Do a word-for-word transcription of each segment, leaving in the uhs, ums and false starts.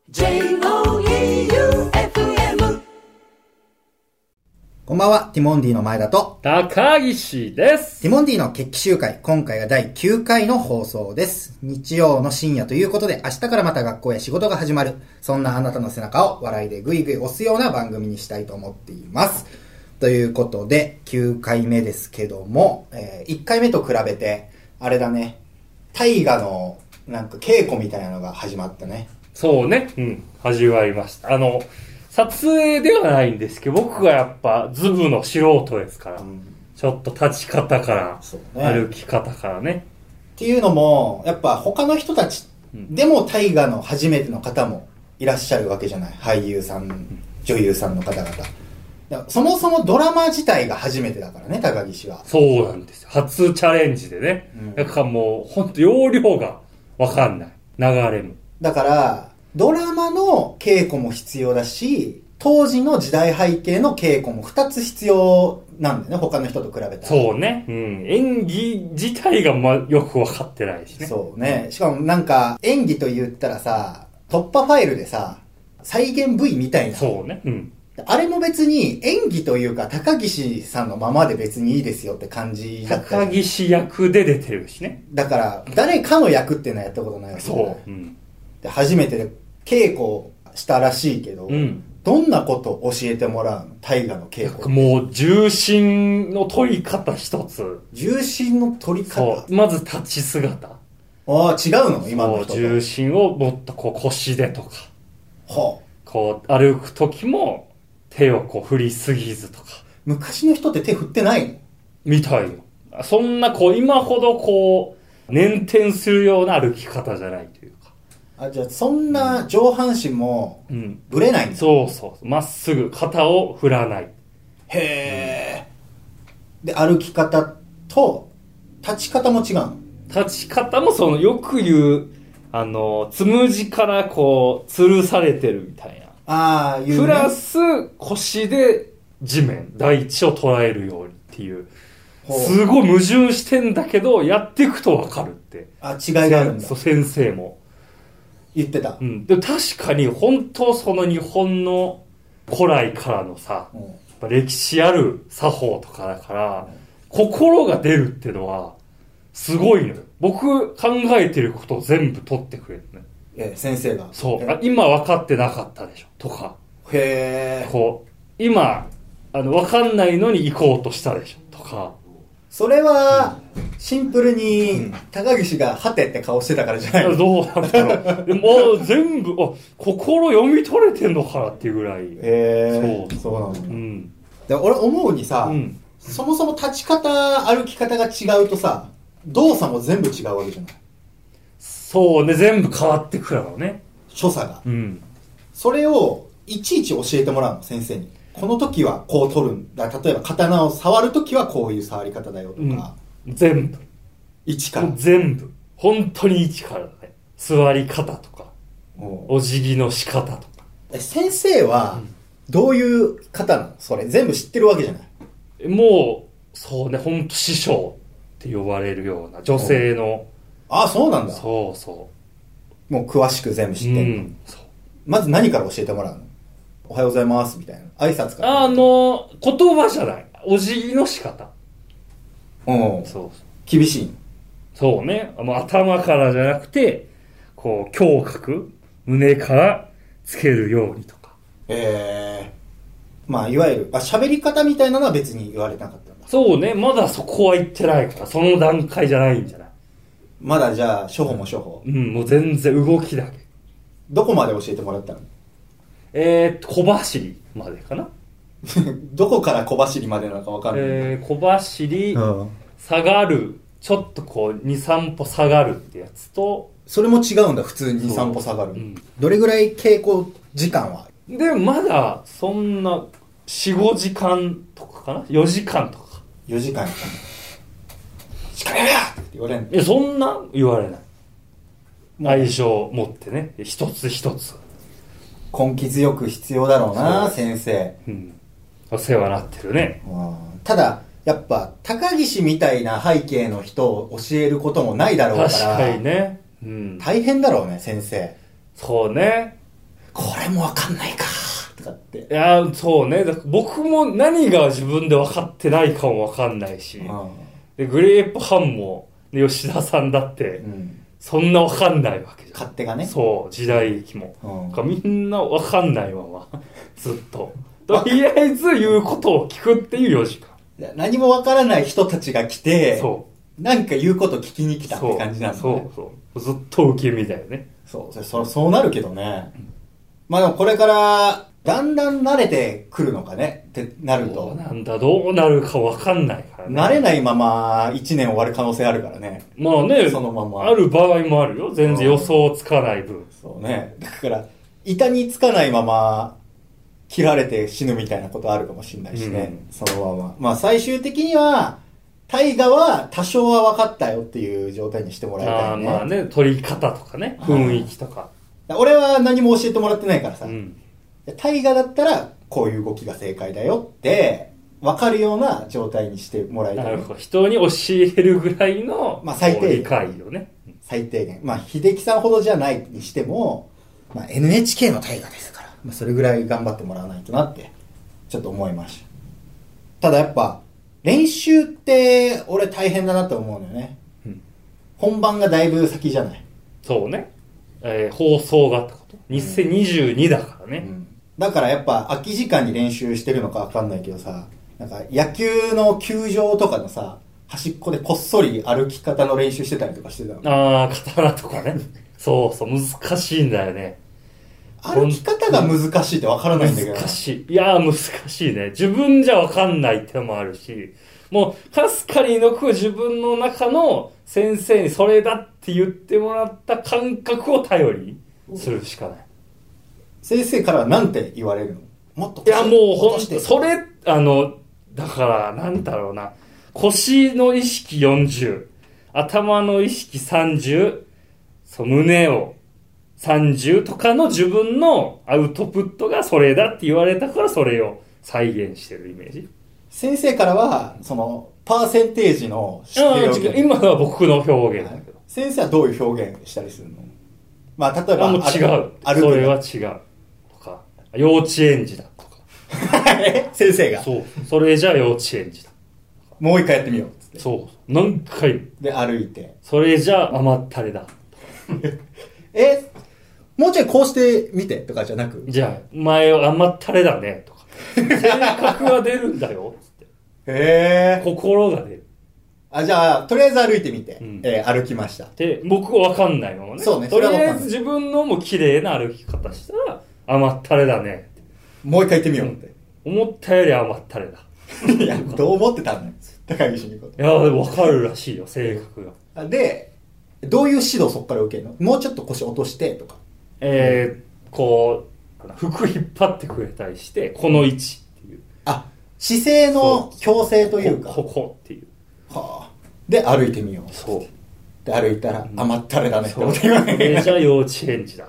ジェイオーイーユーエフエムこんばんは、ティモンディの前田と高岸です。 ティモンディの決起集会、今回がだいきゅうかいの放送です。日曜の深夜ということで、明日からまた学校や仕事が始まる、そんなあなたの背中を笑いでぐいぐい押すような番組にしたいと思っています。ということで、きゅうかいめですけども、えー、いっかいめと比べて、あれだね、大河のなんか稽古みたいなのが始まったね。 そうね、うん、始まりました。あの、撮影ではないんですけど、僕がやっぱズブの素人ですから、うん、ちょっと立ち方から、ね、歩き方からね。 っていうのも、やっぱ他の人たちでも大河の初めての方もいらっしゃるわけじゃない。俳優さん、女優さんの方々。そもそもドラマ自体が初めてだからね、高岸は。 そうなんですよ。初チャレンジでね。うん、だからもう、ほんと容量がわかんない。流れも。 だから、ドラマの稽古も必要だし、当時の時代背景の稽古も二つ必要なんだよね、他の人と比べたら。 そうね。うん。演技自体がまよくわかってないしね。 そうね。しかもなんか、演技と言ったらさ、突破ファイルでさ、再現 ブイ みたいな。 そうね。うん。 あれも別に演技というか高岸さんのままで別にいいですよって感じだった。 高岸役で出てるしね。 だから誰かの役っていうのはやったことないわけだ。 そう、うん、 で初めてで稽古したらしいけど、うん、どんなことを教えてもらうの？大河の稽古。 もう重心の取り方一つ。 重心の取り方。 そう。まず立ち姿。 ああ、違うの？今の人と。 重心をもっとこう腰でとか。 はあ、 こう歩く時も手をこう振りすぎずとか。 昔の人って手振ってないの？ みたいよ。そんなこう今ほどこう捻転するような歩き方じゃないというか。 あ、じゃあそんな上半身もぶれないんだ、 うん、そうそう。まっすぐ肩を振らない。 へえ、うん。で、歩き方と立ち方も違うの？ 立ち方もそのよく言うあのつむじからこう吊るされてるみたいな。 ああ、いうね、 プラス腰で地面大地を捉えるようにっていうすごい矛盾してんだけどやっていくと分かるって。 あ、違いがあるんだ。 そう、先生も言ってた。 うん。でも確かに本当その日本の古来からのさ、うん、やっぱ歴史ある作法とかだから、うん、心が出るっていうのはすごいのよ。僕考えてることを全部取ってくれるね。 え、先生が。 そう。今分かってなかったでしょ。とか。 へー。 こう、今、あの、分かんないのに行こうとしたでしょ。とか。 それは、シンプルに、高岸がハテって顔してたからじゃないの？ どうなんだろう。でもう全部、あ、心読み取れてんのかなっていうぐらい。 へー。そう。そうなんだ。うん。で、俺思うにさ、うん、そもそも立ち方、歩き方が違うとさ、動作も全部違うわけじゃない？ そうね、全部変わってくるのね。 所作が。 うん。 それを、いちいち教えてもらうの、先生に。この時はこう取るんだ。例えば刀を触る時はこういう触り方だよとか。 うん、全部。 一から。 全部。本当に一からだね。座り方とか。お辞儀の仕方とか。 え、先生は、どういう方なの？それ。全部知ってるわけじゃない？ もう、そうね、本当師匠って呼ばれるような女性の。 ああ、そうなんだ。 そうそう。 もう詳しく全部知ってんの、うん、そう。まず何から教えてもらうの？おはようございますみたいな挨拶から。 あの言葉じゃない。お辞儀の仕方。 うん。そう。厳しい。 そうね。もう頭からじゃなくて、こう胸郭、胸からつけるようにとか。 ええー。まあいわゆるあ喋り方みたいなのは別に言われなかったんだ。 そうね。まだそこは言ってないから、その段階じゃないんじゃない。 まだじゃあ初歩も初歩。 うん、もう全然動きだけ。 どこまで教えてもらったの？ えー、小走りまでかな。 どこから小走りまでなのか分かんない。 えー、小走り、うん、下がる、ちょっとこうに、さん歩下がるってやつと。 それも違うんだ、普通にに、さん歩下がる、うん。どれぐらい稽古時間は？ でもまだそんなよん、ごじかんとかかな ?よ 時間とか。 よじかんやったしっかりやれやって言われんの？ いや、そんな言われない。愛情を持ってね、一つ一つ。 根気強く必要だろうな、先生。 うん。お世話になってるね。 ただ、やっぱ、高岸みたいな背景の人を教えることもないだろうから。 確かにね。 うん。大変だろうね、先生。 そうね。 もわかんないかとかって。 いやー、そうね。だから僕も何が自分で分かってないかも分かんないし、でグレープハンもで吉田さんだって、うん、そんな分かんないわけじゃん。 勝手がね。 そう、時代劇も。うん、みんな分かんないまま、ずっと。とりあえず言うことを聞くっていうよじかん。 何も分からない人たちが来て、そうなんか言うこと聞きに来たって感じなんだね。 そうそうそう。ずっと受け身だよね。 そう、そ、そうなるけどね。うん、まあでもこれから、だんだん慣れてくるのかねってなると。 どうなんだ、どうなるか分かんないからね。 慣れないままいちねん終わる可能性あるからね。 まあね、 そのまま。 ある場合もあるよ。全然予想つかない分。 そうね。だから、板につかないまま、切られて死ぬみたいなことあるかもしれないしね。うん、そのまま。まあ最終的には、大河は多少は分かったよっていう状態にしてもらいたいね。 あまあね、撮り方とかね、雰囲気とか。 俺は何も教えてもらってないからさ。うん大河だったらこういう動きが正解だよって分かるような状態にしてもらいたい。 なるほど。人に教えるぐらいの、 まあ最低限理解よね。 最低限。まあ秀樹さんほどじゃないにしても、まあ エヌエイチケー の大河ですから、まあ、それぐらい頑張ってもらわないとなってちょっと思いました。ただやっぱ練習って俺大変だなって思うのよね。うん、本番がだいぶ先じゃない。 そうね。えー、放送がってことにせんにじゅうにだからね。うんうんだからやっぱ空き時間に練習してるのか分かんないけどさ、なんか野球の球場とかのさ、端っこでこっそり歩き方の練習してたりとかしてたの。 ああ、刀とかね。そうそう、難しいんだよね。 歩き方が難しいって分からないんだけど。 難しい。いやー難しいね。自分じゃ分かんない手もあるし、もうかすかにのく自分の中の先生にそれだって言ってもらった感覚を頼りにするしかない。 先生からはなんて言われるの？もっといやもうほんとそれあのだからなんだろうな腰の意識よんじゅう頭の意識さんじゅうそう胸をさんじゅうとかの自分のアウトプットがそれだって言われたからそれを再現してるイメージ。 先生からはそのパーセンテージの知ってる今は僕の表現だけど、 はい、先生はどういう表現したりするの？まあ例えばあもう違うそれは違う幼稚園児だとか先生がそうそれじゃ幼稚園児だもう一回やってみようっつってそう何回で歩いてそれじゃ甘ったれだえもうちょいこうしてみてとかじゃなくじゃあお前は甘ったれだねとか性格が出るんだよっつってへえ心が出るあじゃあとりあえず歩いてみて、うんえー、歩きましたで僕は分かんないままねそうねとりあえず自分のも綺麗な歩き方したら甘ったれだねもう一回言ってみようって、 うん、思ったより甘ったれだいやどう思ってたんだよ高岸にこといやでも分かるらしいよ性格がでどういう指導そっから受けるのもうちょっと腰落としてとかえー、うん、こう服引っ張ってくれたりしてこの位置っていうあ姿勢の矯正というかここっていうはあで歩いてみようそうで歩いたら甘ったれだねって思って言わない。じゃあ幼稚園児だ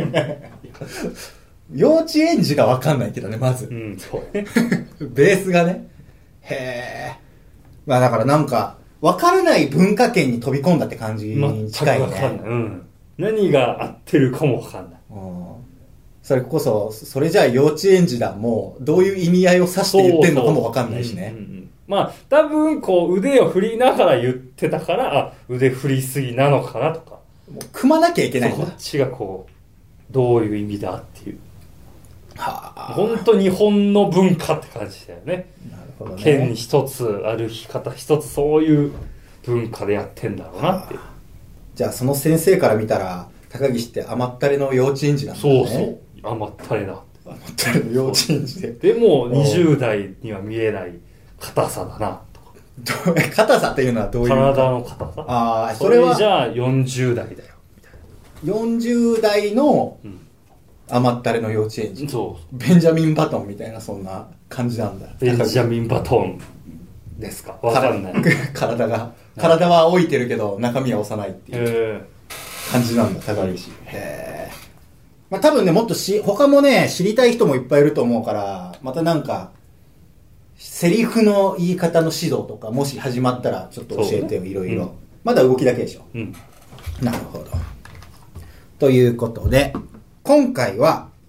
幼稚園児が分かんないけどねまず、 うん、そうねベースがねへえまあだからなんか分からない文化圏に飛び込んだって感じに近いね、 全く分かんない、うん、何が合ってるかも分かんない、 うん、それこそそれじゃあ幼稚園児だもうどういう意味合いを指して言ってんのかも分かんないしね、 うんうんうん、まあ多分こう腕を振りながら言ってたからあ腕振りすぎなのかなとかもう組まなきゃいけないんだこっちがこうどういう意味だっていうはあ本当日本の文化って感じだよね。 なるほどね。 県に一つ歩き方一つそういう文化でやってんだろうなって。 はあ、じゃあその先生から見たら高岸って甘ったれの幼稚園児なんだね。 そうそう甘ったれだ。 甘ったれの幼稚園児で。 でもにじゅう代には見えない硬さだなとか。硬さっていうのはどういう体の硬さ。 ああそれはそれじゃあよんじゅう代だよみたいな。よんじゅう代の、うん甘ったれの幼稚園児そうベンジャミン・バトンみたいなそんな感じなんだベンジャミン・バトンですかわかんない体が体は老いてるけど中身は幼いっていう感じなんだ高岸へえ、まあ、多分ねもっとし他もね知りたい人もいっぱいいると思うからまたなんかセリフの言い方の指導とかもし始まったらちょっと教えてよいろいろまだ動きだけでしょ、うん、なるほどということで今回は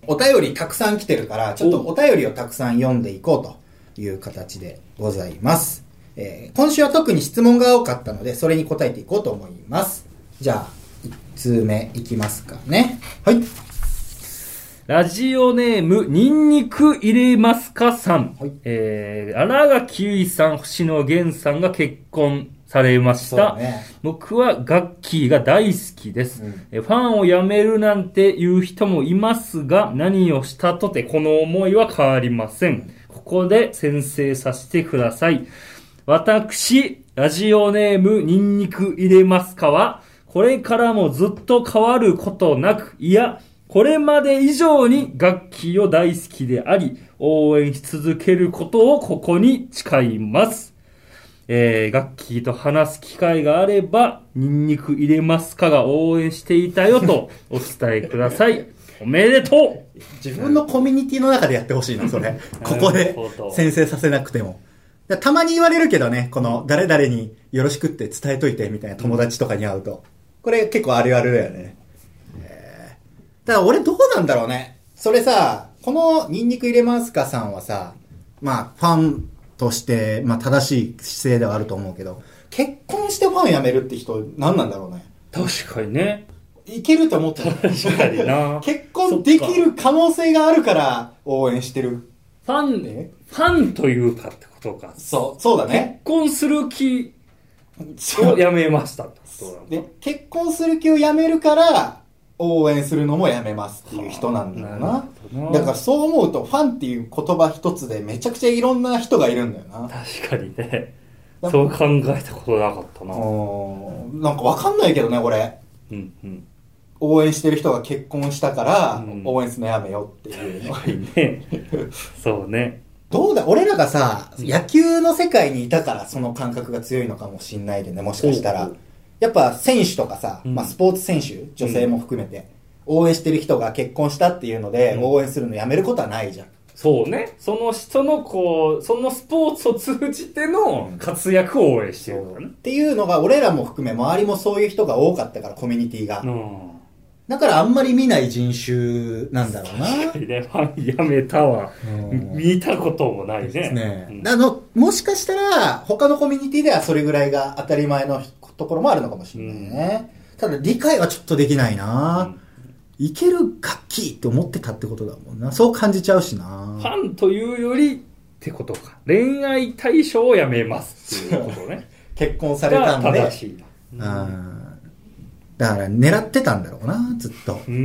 お便りたくさん来てるから、ちょっとお便りをたくさん読んでいこうという形でございます。えー、今週は特に質問が多かったので、それに答えていこうと思います。じゃあ、いちつうめいきますかね。はい。 ラジオネーム、ニンニク入れますかさん。はい、えー、荒垣結衣さん、星野源さんが結婚されました。ね、僕はガッキーが大好きです、うんえ。ファンを辞めるなんて言う人もいますが、何をしたとてこの思いは変わりません。ここで宣誓させてください。私、ラジオネーム、ニンニク入れますかは、これからもずっと変わることなく、いや、これまで以上にガッキーを大好きであり、応援し続けることをここに誓います。えー、ガッキーと話す機会があれば、ニンニク入れますかが応援していたよとお伝えください。おめでとう。 自分のコミュニティの中でやってほしいな、それ。ここで宣誓させなくても。たまに言われるけどね、この誰々によろしくって伝えといてみたいな友達とかに会うと。これ結構あるあるだよね。えー、だから俺どうなんだろうね。それさ、このニンニク入れますかさんはさ、まあファンとして、まあ正しい姿勢ではあると思うけど、結婚してファン辞めるって人何なんだろうね。 確かにね。 いけると思ってる。 確かにな。 結婚できる可能性があるから応援してる。 ファン、ね、ファンというかってことか。 そう、そうだね。 結婚する気をやめましたってことなので、結婚する気をやめるから応援するのもやめますっていう人なんだよな。なだからそう思うとファンっていう言葉一つでめちゃくちゃいろんな人がいるんだよな。 確かにね。そう考えたことなかったな。 なんかわかんないけどね、俺。うんうん。応援してる人が結婚したから、応援するのやめよっていうの。 うん、ね。そうね。 どうだ、俺らがさ、野球の世界にいたからその感覚が強いのかもしんないでね、もしかしたら。やっぱ選手とかさ、うん、まあスポーツ選手、女性も含めて、応援してる人が結婚したっていうので、応援するのやめることはないじゃん。 そうね。その人のこう、そのスポーツを通じての活躍を応援してるからね、 うん。っていうのが俺らも含め、周りもそういう人が多かったから、コミュニティが。うん、だからあんまり見ない人種なんだろうな。 確かにね、ファンやめたわ。見たこともないね。ですね。うん、あの、もしかしたら、他のコミュニティではそれぐらいが当たり前のところもあるのかもしれないね。うん、ただ理解はちょっとできないな。うんいける楽器って思ってたってことだもんな。そう感じちゃうしな。 ファンというよりってことか。恋愛対象をやめますっていうことね。 結婚されたんで。 正しいな。 うん。だから狙ってたんだろうな、ずっと。うん。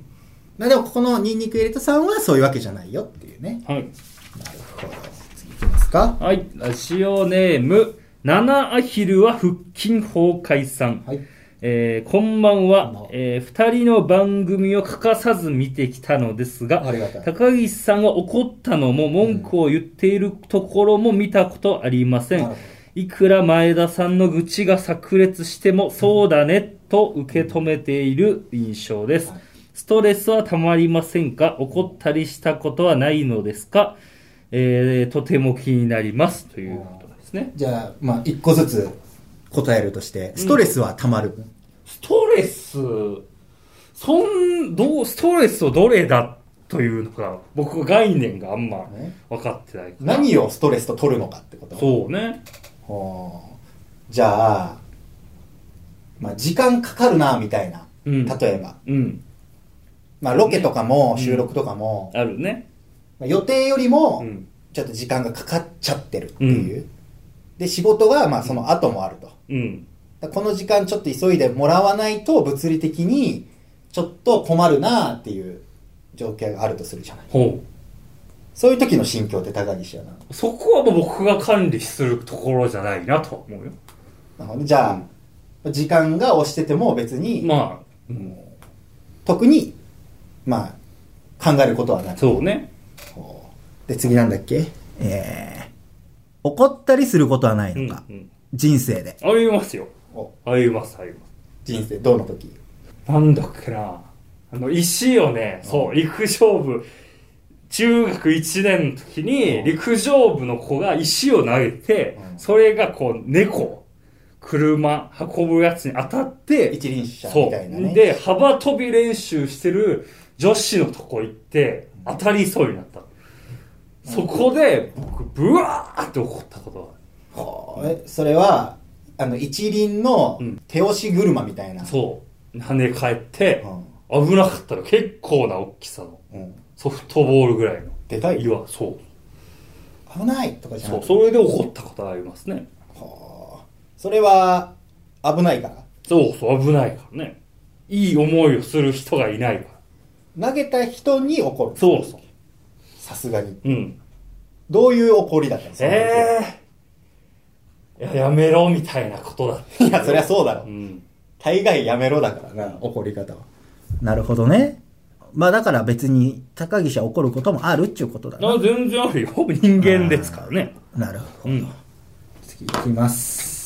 まあでもここのニンニク入れたさんはそういうわけじゃないよっていうね。はい。なるほど。次行きますか。 はい。ラジオネーム、ナナアヒルは腹筋崩壊さん。はい。えー、こんばんは、えー、二人の番組を欠かさず見てきたのですが、高岸さんが怒ったのも文句を言っているところも見たことありません。うん、いくら前田さんの愚痴が炸裂しても、そうだね、と受け止めている印象です。ストレスはたまりませんか？怒ったりしたことはないのですか？えー、とても気になります。ということですね。 じゃあ、まあ、一個ずつ答えるとして、ストレスはたまる、うん、 ストレス、そん、どう、ストレスをどれだというのか、僕概念があんま分かってない。 何をストレスと取るのかってこと？ そうね。 はあ、じゃあ、まあ、時間かかるな、みたいな。うん、例えば。うん。まあ、ロケとかも、収録とかも、 うん、あるね。 まあ、予定よりも、ちょっと時間がかかっちゃってるっていう。うん、で、仕事が、まあ、その後もあると。うん。この時間ちょっと急いでもらわないと物理的にちょっと困るなっていう状況があるとするじゃない。ほう。そういう時の心境って高岸やな。 そこはもう僕が管理するところじゃないなと思うよ。 なるほど。じゃあ、うん、時間が押してても別に、まあ、うん、特に、まあ、考えることはない。 そうね。 で、次なんだっけ？えー、怒ったりすることはないのか。うんうん、人生で。 ありますよ。あります、あります。 人生、どの時？ なんだっけな。あの、石をね、そう、陸上部、中学いちねんの時に、陸上部の子が石を投げて、それがこう、猫、車、運ぶやつに当たって、 一輪車みたいなね。 そう。で、幅跳び練習してる女子のとこ行って当たりそうになったの。そこで僕ブワーって怒ったことがある。 はあ、えそれはあの一輪の手押し車みたいな、 そう跳ね返って、うん、危なかったら結構な大きさの、うん、ソフトボールぐらいのでかい岩。そう危ないとかじゃなくて、 そうそれで怒ったことがありますね。 はあ、それは危ないから。 そうそう危ないからね。いい思いをする人がいないから。 投げた人に怒る。 そうそう。 さすがに。 うん。 どういう怒りだったんですか？ ええー、いや、やめろみたいなことだった。 いや、そりゃそうだろ。 うん。 大概やめろだからな、怒り方は。なるほどね。まあだから別に高岸は怒ることもあるっちゅうことだな。 全然あるよ。人間ですからね。 なるほど。うん、次いきます。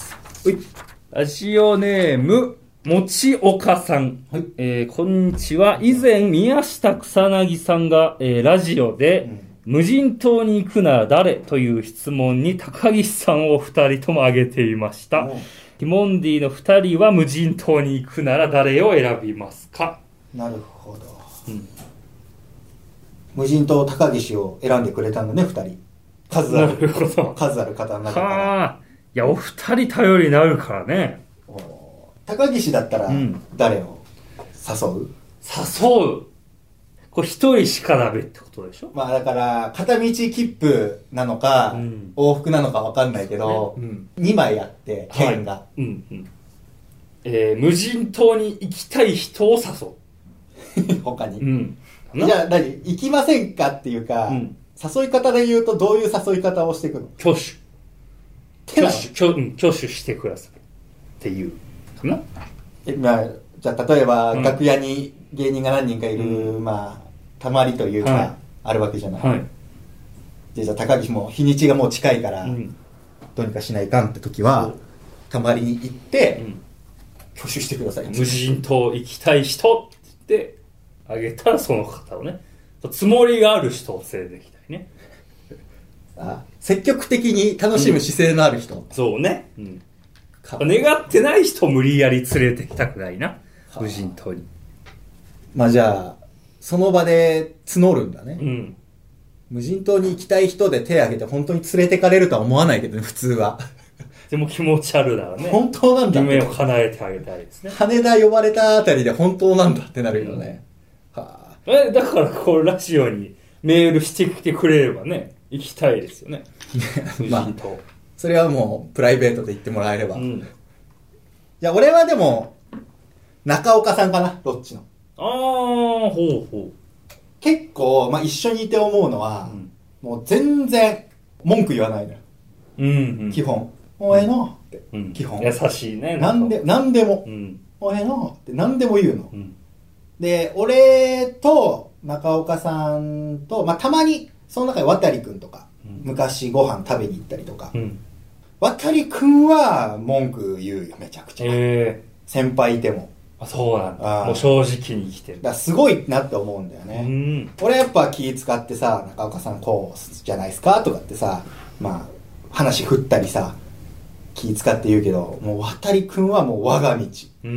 うい。ラジオネーム、もちおかさん。はい、えー、こんにちは。以前、宮下草薙さんが、えー、ラジオで、うん、無人島に行くなら誰という質問に高岸さんを二人とも挙げていました。ティモンディの二人は無人島に行くなら誰を選びますか？ なるほど。うん、無人島高岸を選んでくれたんだね、二人。数ある、数ある方の中から。 はあ。いや、お二人頼りになるからね。 高岸だったら誰を誘う？ うん、誘う。これ一人しかダメってことでしょ？ まあだから片道切符なのか、うん、往復なのか分かんないけど、ね、うん、にまいあって券が、はい、うんうん、 えー、無人島に行きたい人を誘う。 他に、うん、じゃあ何行きませんかっていうか、うん、誘い方で言うとどういう誘い方をしていくの？ 挙手挙手、挙、うん、挙手してくださいっていうかな。 え、まあ、じゃあ例えば、うん、楽屋に芸人が何人かいる、うん、まあたまりというか、はい、あるわけじゃない、はい、でじゃあ高岸も日にちがもう近いから、うん、どうにかしないかんって時はたまりに行って、うん、挙手してください。 無人島行きたい人って言ってあげたらその方をね、つもりがある人を連れてきたいね。 あ、積極的に楽しむ姿勢のある人、うん、 そうね、うん、願ってない人を無理やり連れてきたくないな、無人島に。 まあじゃあその場で募るんだね、うん、無人島に行きたい人で手を挙げて本当に連れてかれるとは思わないけどね、普通は。 でも気持ち悪いならね、 本当なんだ、 夢を叶えてあげたいですね。 羽田呼ばれたあたりで本当なんだってなるよね、うん、はあ、 えだからこうラジオにメールしてきてくれればね、行きたいですよね。 まあそれはもうプライベートで言ってもらえれば、うん、じゃあ俺はでも中岡さんかな、ロッチの。 ああ、ほうほう。 結構、まあ、一緒にいて思うのは、うん、もう全然文句言わないのよ。うんうん、基本。もうええのって、うん、基本。 優しいね。 なんで、なんでも。うん、もうええのって何でも言うの。うん、で、俺と中岡さんと、まあ、たまに、その中で渡くんとか、うん、昔ご飯食べに行ったりとか、うん、渡くんは文句言うよ、めちゃくちゃ。えー、先輩いても。 あ、そうなんだ。もう正直に生きてる。 だからすごいなって思うんだよね。うん、俺やっぱ気使ってさ、中岡さんこうじゃないですかとかってさ、まあ話振ったりさ、気使って言うけど、もう渡くんはもう我が道。うん。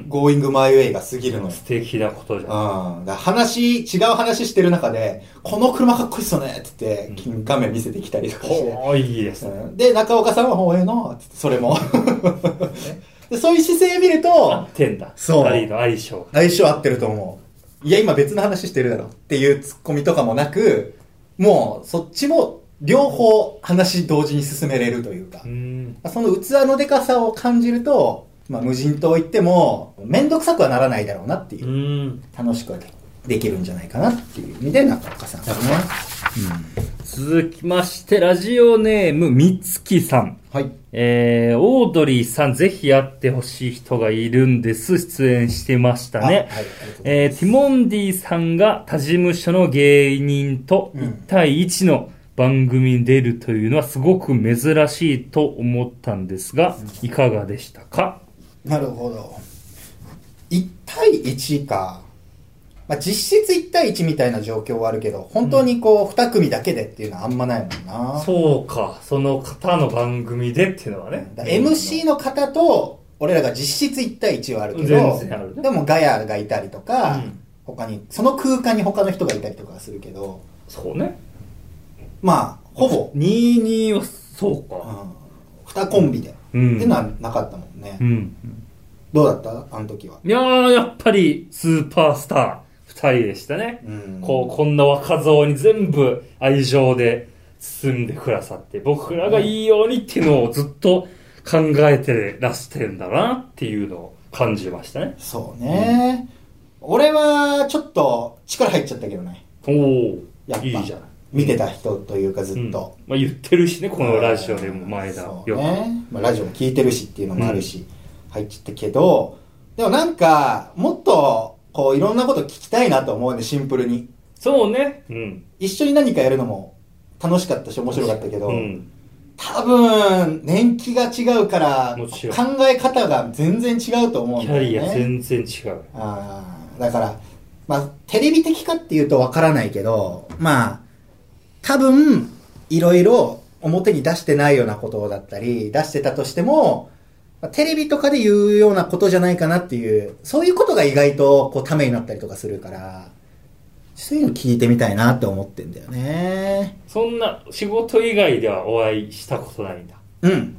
ゴーイングマイウェイが過ぎるのよ。 素敵なことじゃん。 うん。だから話、違う話してる中で、この車かっこいいっすよねって言って、金画面見せてきたりとかして。 おー、いいですね。 うん、で、中岡さんはほうええのって言って、それも。でそういう姿勢見ると合ってんだ。そう。二人の相性。 相性合ってると思う。いや、今別の話してるだろっていうツッコミとかもなく、もうそっちも両方話同時に進めれるというか、うんその器のでかさを感じると、まあ、無人島行ってもめんどくさくはならないだろうなっていう、うん楽しくは で, できるんじゃないかなっていう意味で中岡さんですね。 うん続きまして、ラジオネーム、みつきさん。はい。えー、オードリーさん、ぜひ会ってほしい人がいるんです。出演してましたね。はい、えー、ティモンディさんが他事務所の芸人といち対いちの番組に出るというのはすごく珍しいと思ったんですが、いかがでしたか？ なるほど。いち対いちか。まあ、実質いち対いちみたいな状況はあるけど、本当にこうに組だけでっていうのはあんまないもんな。 そうか。その方の番組でっていうのはね。 エムシー の方と、俺らが実質いち対いちはあるけど、全然あるね、でもガヤがいたりとか、うん、 他にその空間に他の人がいたりとかするけど、 そうね。 まあほぼにじゅうにはそうか、 うん、にコンビで、 うん、 ってのはなかったもんね、 うん、 どうだったあの時は。 いやーやっぱりスーパースターふたりでしたね、うん、こうこんな若造に全部愛情で包んでくださって、僕らがいいようにっていうのをずっと考えてらしてんだなっていうのを感じましたね。 そうね、うん、俺はちょっと力入っちゃったけどね。 おお、 やっぱいいじゃん。 見てた人というかずっと、うん、 まあ、言ってるしね、このラジオでも前田よく、 ね、まあ、ラジオも聞いてるしっていうのもあるし、うん、入っちゃったけど、でもなんかもっとこういろんなこと聞きたいなと思うね、シンプルに。 そうね、うん、 一緒に何かやるのも楽しかったし面白かったけど、うん、多分年季が違うから考え方が全然違うと思うんだよね。 キャリア全然違う。 あだからまあテレビ的かっていうとわからないけど、まあ多分いろいろ表に出してないようなことだったり、出してたとしてもテレビとかで言うようなことじゃないかなっていう、そういうことが意外とこうためになったりとかするから、そういうの聞いてみたいなって思ってんだよね。 そんな仕事以外ではお会いしたことないんだ。 うん。うん。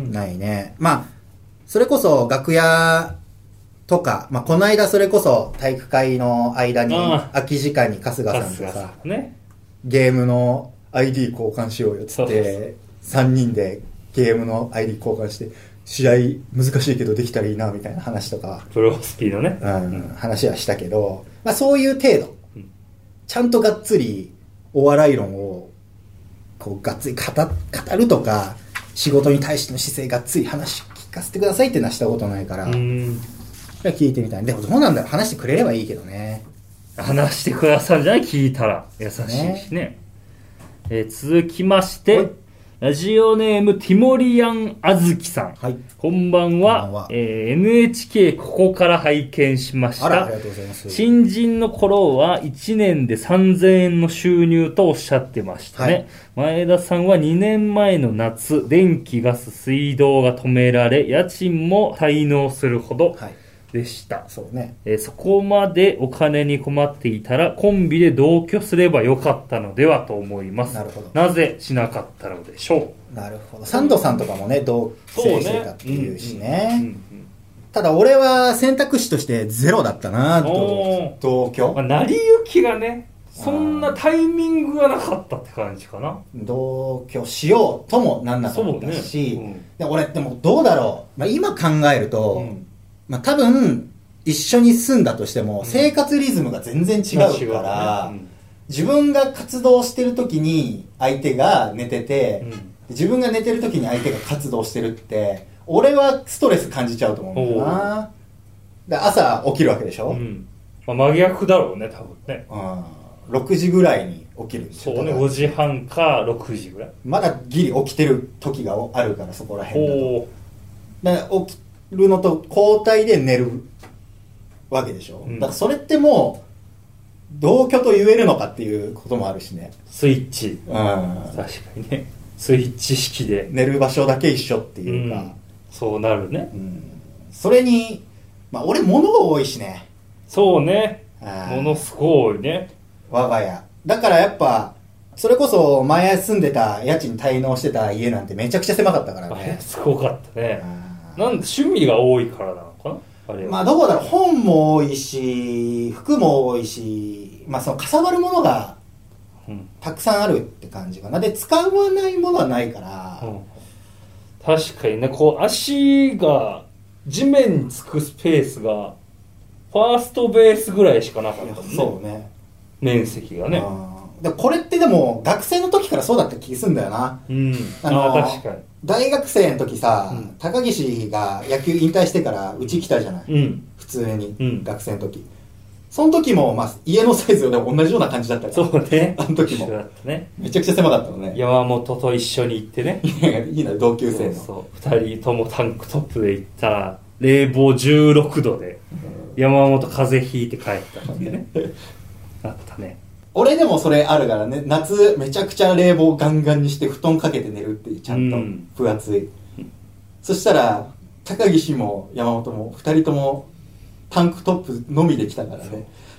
ないね。まあ、それこそ楽屋とか、まあこの間それこそ体育会の間に空き時間に春日さんとさ、ね、ゲームの アイディー 交換しようよっつって、さんにんでゲームの アイディー 交換して、試合難しいけどできたらいいなみたいな話とか。 プロスピードね。 うん。うん、話はしたけど、まあそういう程度。ちゃんとがっつりお笑い論をこうがっつり 語, 語るとか、仕事に対しての姿勢がっつり話聞かせてくださいってのはしたことないから、うん聞いてみたい。でもどうなんだろう、話してくれればいいけどね。 話してくださるじゃない、聞いたら優しいしね。ねえー、続きまして、ラジオネームティモリアンあずきさん、はい、こんばんは。こんばんは。えー、エヌエイチケー ここから拝見しました。 あら、ありがとうございます。 新人の頃はいちねんでさんぜんえんの収入とおっしゃってましたね、はい、前田さんはにねんまえの夏、電気ガス水道が止められ家賃も滞納するほどでした、はい、 そうね。 えー、そこまでお金に困っていたらコンビで同居すればよかったのではと思います。 なるほど。 なぜしなかったのでしょう。なるほど。サンドさんとかもね、同棲してたっていうしね。ただ俺は選択肢としてゼロだったな。同居、 まあ、成り行きがね、そんなタイミングがなかったって感じかな。 同居しようともなんなかったし、ね、うん、で俺でもどうだろう、まあ、今考えると、うん、まあ、多分一緒に住んだとしても生活リズムが全然違うから、うん、自分が活動してる時に相手が寝てて、うん、自分が寝てる時に相手が活動してるって俺はストレス感じちゃうと思うんだよな。で朝起きるわけでしょ、うん、 まあ、真逆だろうね多分ね、 うん、ろくじぐらいに起きるんですよ。 そうね、ごじはんかろくじぐらいまだギリ起きてる時があるから、そこら辺だとだから起きるのと交代で寝るわけでしょ、うん、だからそれってもう同居と言えるのかっていうこともあるしね。 スイッチ、うん、確かにね、スイッチ式で寝る場所だけ一緒っていうか、うん、 そうなるね、 うん、それにまあ俺物が多いしね。 そうね、物すごいね我が家だからやっぱそれこそ前住んでた家賃滞納してた家なんてめちゃくちゃ狭かったからね。 すごかったね。なんで趣味が多いからなのかなあれは。 まあどこだろう、本も多いし服も多いし、まあそのかさばるものがたくさんあるって感じかな。で使わないものはないから、うん、 確かにね、こう足が地面につくスペースがファーストベースぐらいしかなかったもんね。 そうね、 面積がね。 でこれってでも学生の時からそうだった気するんだよな、 うん、あのあ確かに大学生の時さ、うん、高岸が野球引退してからうち来たじゃない、うん、普通に、うん、学生の時その時も、まあ、家のサイズでも同じような感じだったから。 そうね、 あの時も、 ね、 めちゃくちゃ狭かったのね。 山本と一緒に行ってねいやいいな、同級生の。 そうそう、ふたりともタンクトップで行ったら冷房じゅうろくどで、うん、山本風邪ひいて帰ったっていうねあったね。 俺でもそれあるからね。夏めちゃくちゃ冷房ガンガンにして布団かけて寝るっていう、ちゃんと分厚い、うん、そしたら高岸も山本もふたりともタンクトップのみで来たからね、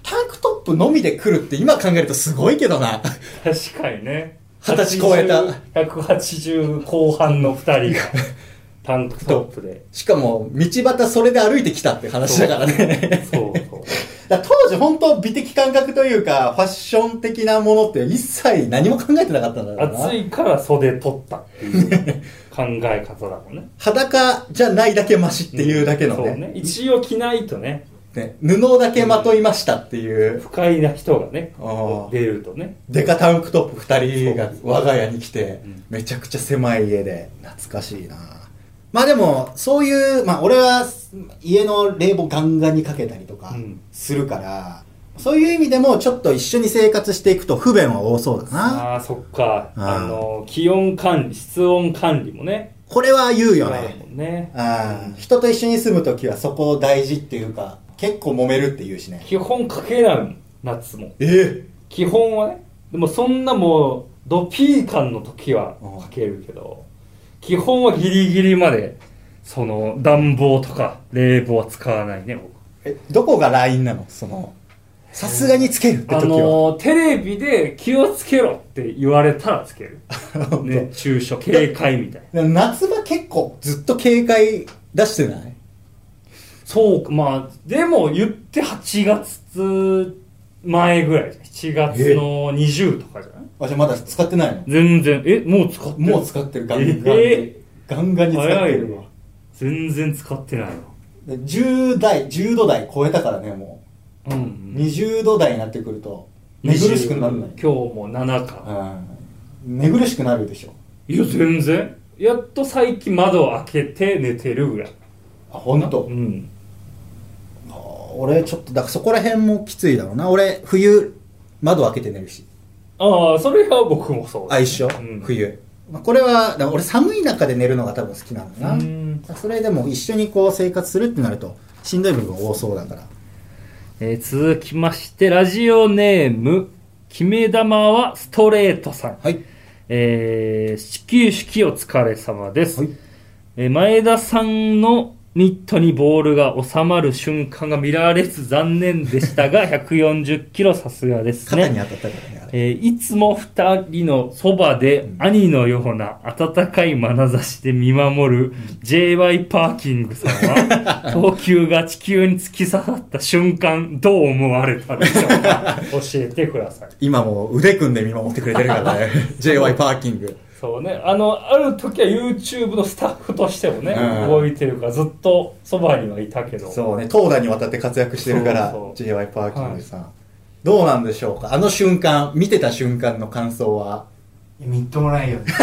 タンクトップのみで来るって今考えるとすごいけどな。 確かにね。 二十歳超えた。 ひゃくはちじゅう後半のふたりがタンクトップで。 しかも、道端それで歩いてきたって話だからね。 そうそう。 だ当時本当美的感覚というか、ファッション的なものって一切何も考えてなかったんだろうな。 暑いから袖取ったっていう考え方だもんね。 裸じゃないだけマシっていうだけのね。 うん、そうね。一応着ないとね。 ね、布だけまといましたっていう。 不快な人がね、 あ出るとね。 デカタンクトップ二人が我が家に来てうん、 めちゃくちゃ狭い家で、懐かしいな。まあでも、そういう、まあ俺は家の冷房ガンガンにかけたりとかするから、うん、そういう意味でもちょっと一緒に生活していくと不便は多そうだな。 ああ、そっか。あの、気温管理、室温管理もね。 これは言うよね。 もんね、 あ、人と一緒に住むときはそこ大事っていうか、結構揉めるって言うしね。 基本かけないもん、夏も。 えー、 基本はね。でもそんなもう、ドピーカンの時はかけるけど、基本はギリギリまで、その、暖房とか冷房は使わないね、僕。 え、どこがラインなのその、さすがにつけるって時は。 あの、テレビで気をつけろって言われたらつける。ね、中暑、警戒みたいな。夏場結構ずっと警戒出してない？ そうか、まあ、でも言ってはちがつ前ぐらいじゃん。しちがつのにじゅうとかじゃない？ あ、じゃあまだ使ってないの？ 全然、え、もう使ってる？ もう使ってる、ガンガンで。 えー、 ガンガンに使ってるわ。 全然使ってないわ。 じゅう代、じゅうど台超えたからね、もう。うん。にじゅうど台になってくると、寝苦しくなるのよ。 今日もななか。 うん。寝苦しくなるでしょ。 いや、全然。やっと最近窓を開けて寝てるぐらい。 あ、ほんと？ うん。 俺ちょっとだからそこら辺もきついだろうな。俺冬窓開けて寝るし。 ああ、それは僕もそう、 ね、あ、一緒、うん、冬、まあ、これはだから俺寒い中で寝るのが多分好きなんだな。うん、それでも一緒にこう生活するってなるとしんどい部分多そうだから。 えー、続きましてラジオネーム決め玉はストレートさん。 はい。 えー、始球式お疲れ様です、はい。えー、前田さんのミットにボールが収まる瞬間が見られず残念でしたがひゃくよんじゅっキロさすがですね。 肩に当たったからね、あれ。 えー、いつも二人のそばで兄のような温かい眼差しで見守る ジェイワイ パーキングさんは投球が地球に突き刺さった瞬間どう思われたでしょうか教えてください。 今もう腕組んで見守ってくれてるからねジェイワイ パーキング。 そうね、あの、ある時は YouTube のスタッフとしてもね、うん、動いてるからずっとそばにはいたけど。 そうね、投打にわたって活躍してるから、そうそう ジェイワイ パーキングさん、はい。どうなんでしょうかあの瞬間、見てた瞬間の感想は。 みっともないよね。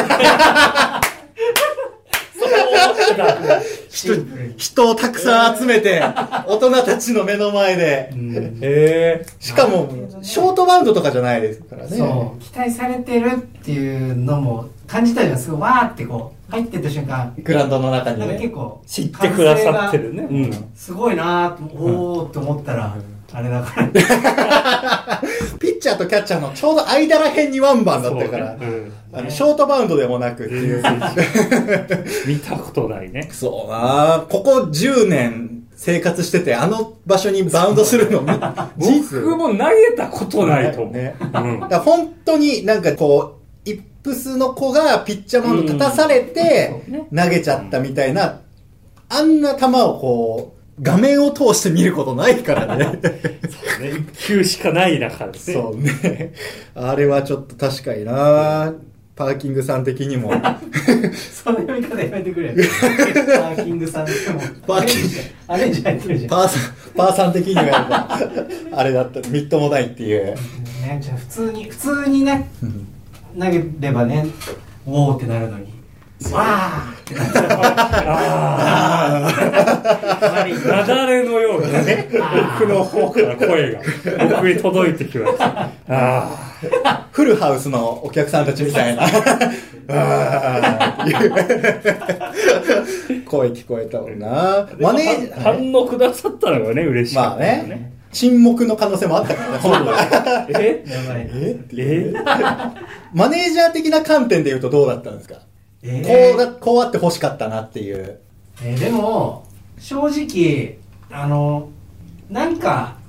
人, 人をたくさん集めて、大人たちの目の前で、うん、へーしかもショートバウンドとかじゃないですからね。 そう期待されてるっていうのも感じたよ。すごいわーってこう入ってった瞬間グラウンドの中にね、 なんか結構知ってくださってるね、 うん、すごいなーと、おーって思ったら、うん、あれだからピッチャーとキャッチャーのちょうど間らへんにワンバンだったから、ね、うんあのショートバウンドでもなくっていう見たことないね。 そうなここじゅうねん生活しててあの場所にバウンドするの僕も投げたことないと思う、ねうん、 だ本当になんかこうイップスの子がピッチャーマウンド立たされて投げちゃったみたいな、あんな球をこう画面を通して見ることないからね。 そうね。一球しかない中でね。 そうね。あれはちょっと確かになパーキングさん的にも。 その読み方やめてくれ。パーキングさんでも。パーキング。あれじゃないじゃん。 パーさん、パーさん的にはやっぱ、あれだった。みっともないっていう。 ね、じゃあ普通に、普通にね、投げればね、おーってなるのに。わーってなっちゃう。ああ。雪崩のようにね、奥の方から声が僕に届いてきました。あフルハウスのお客さんたちみたいな。あ声聞こえたもんな。 マネージャー反応くださったのがね、嬉しい、 まあね。沈黙の可能性もあったからね。 えやばい。 ええマネージャー的な観点で言うとどうだったんですか？えー、こうだ、こうあって欲しかったなっていう。 えー、でも、正直、あの、なんか、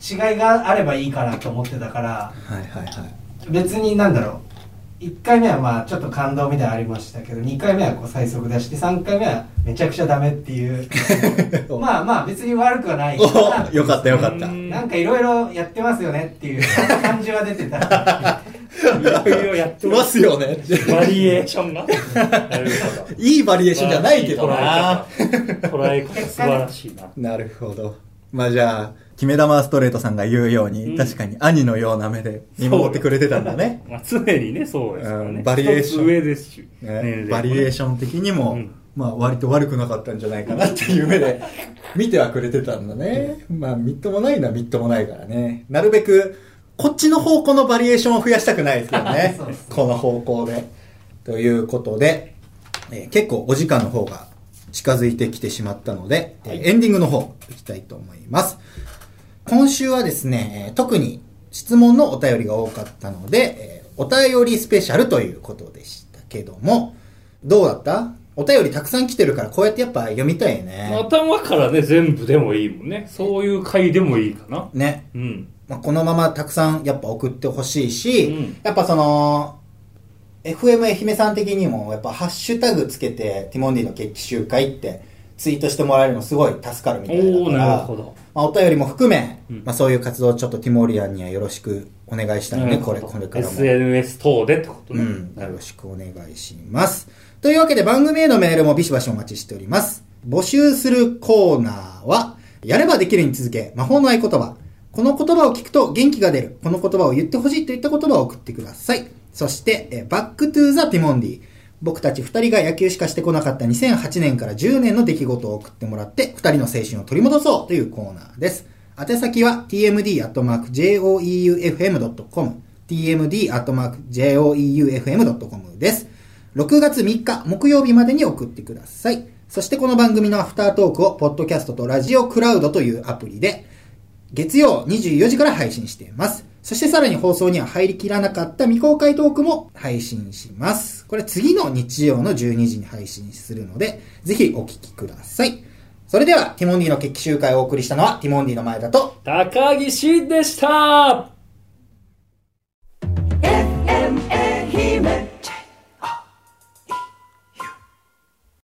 違いがあればいいかなと思ってたから、 はいはいはい。 別になんだろう、いっかいめはまあちょっと感動みたいなのありましたけど、にかいめはこう最速出して、さんかいめはめちゃくちゃダメっていうまあまあ別に悪くはないかな。 よかったよかった。 なんかいろいろやってますよねっていう感じは出てたいろいろやってますよねバリエーションがなるほど。 いいバリエーションじゃないけどな。 捉え方素晴らしいな。 なるほど。まあじゃあ決め玉ストレートさんが言うように、うん、確かに兄のような目で見守ってくれてたんだね。 まあ常にね、そうですからね、うん、 バリエーション上ですし、 ね、バリエーション的にも、うん、まあ割と悪くなかったんじゃないかなっていう目で見てはくれてたんだね。まあみっともないのはみっともないからね。なるべくこっちの方向のバリエーションを増やしたくないですけどね。この方向で。ということで、えー、結構お時間の方が近づいてきてしまったので、はい、エンディングの方いきたいと思います。今週はですね、特に質問のお便りが多かったので、お便りスペシャルということでしたけども、どうだった？お便りたくさん来てるからこうやってやっぱ読みたいね。 頭からね、全部でもいいもんね。そういう回でもいいかな。 ね。 うん。 まあ、このままたくさんやっぱ送ってほしいし、うん、やっぱその、エフエム 愛媛さん的にもやっぱハッシュタグつけてティモンディの決起集会ってツイートしてもらえるのすごい助かるみたいだから、 おー、なるほど。 まあ、お便りも含め、 うん、 まあ、そういう活動ちょっとティモリアンにはよろしくお願いしたいね、これ、これからも。 エスエヌエス 等でってことね。 うん、よろしくお願いします。というわけで番組へのメールもビシバシお待ちしております。募集するコーナーは、やればできるに続け、魔法の合言葉。この言葉を聞くと元気が出る。この言葉を言ってほしいといった言葉を送ってください。そして、バックトゥーザティモンディ。僕たち二人が野球しかしてこなかったにせんはちねんからじゅうねんの出来事を送ってもらって、二人の青春を取り戻そうというコーナーです。宛先は ティーエムディー アットマーク ジェイオーイーユーエフエムドットコム ティーエムディー アットマーク ジェイオーイーユーエフエムドットコム です。ろくがつみっか木曜日までに送ってください。そしてこの番組のアフタートークをポッドキャストとラジオクラウドというアプリで月曜にじゅうよじから配信しています。そしてさらに放送には入りきらなかった未公開トークも配信します。これ次の日曜のじゅうにじに配信するので、ぜひお聞きください。それでは、ティモンディの決起集会をお送りしたのは、ティモンディの前田と、 高岸でした。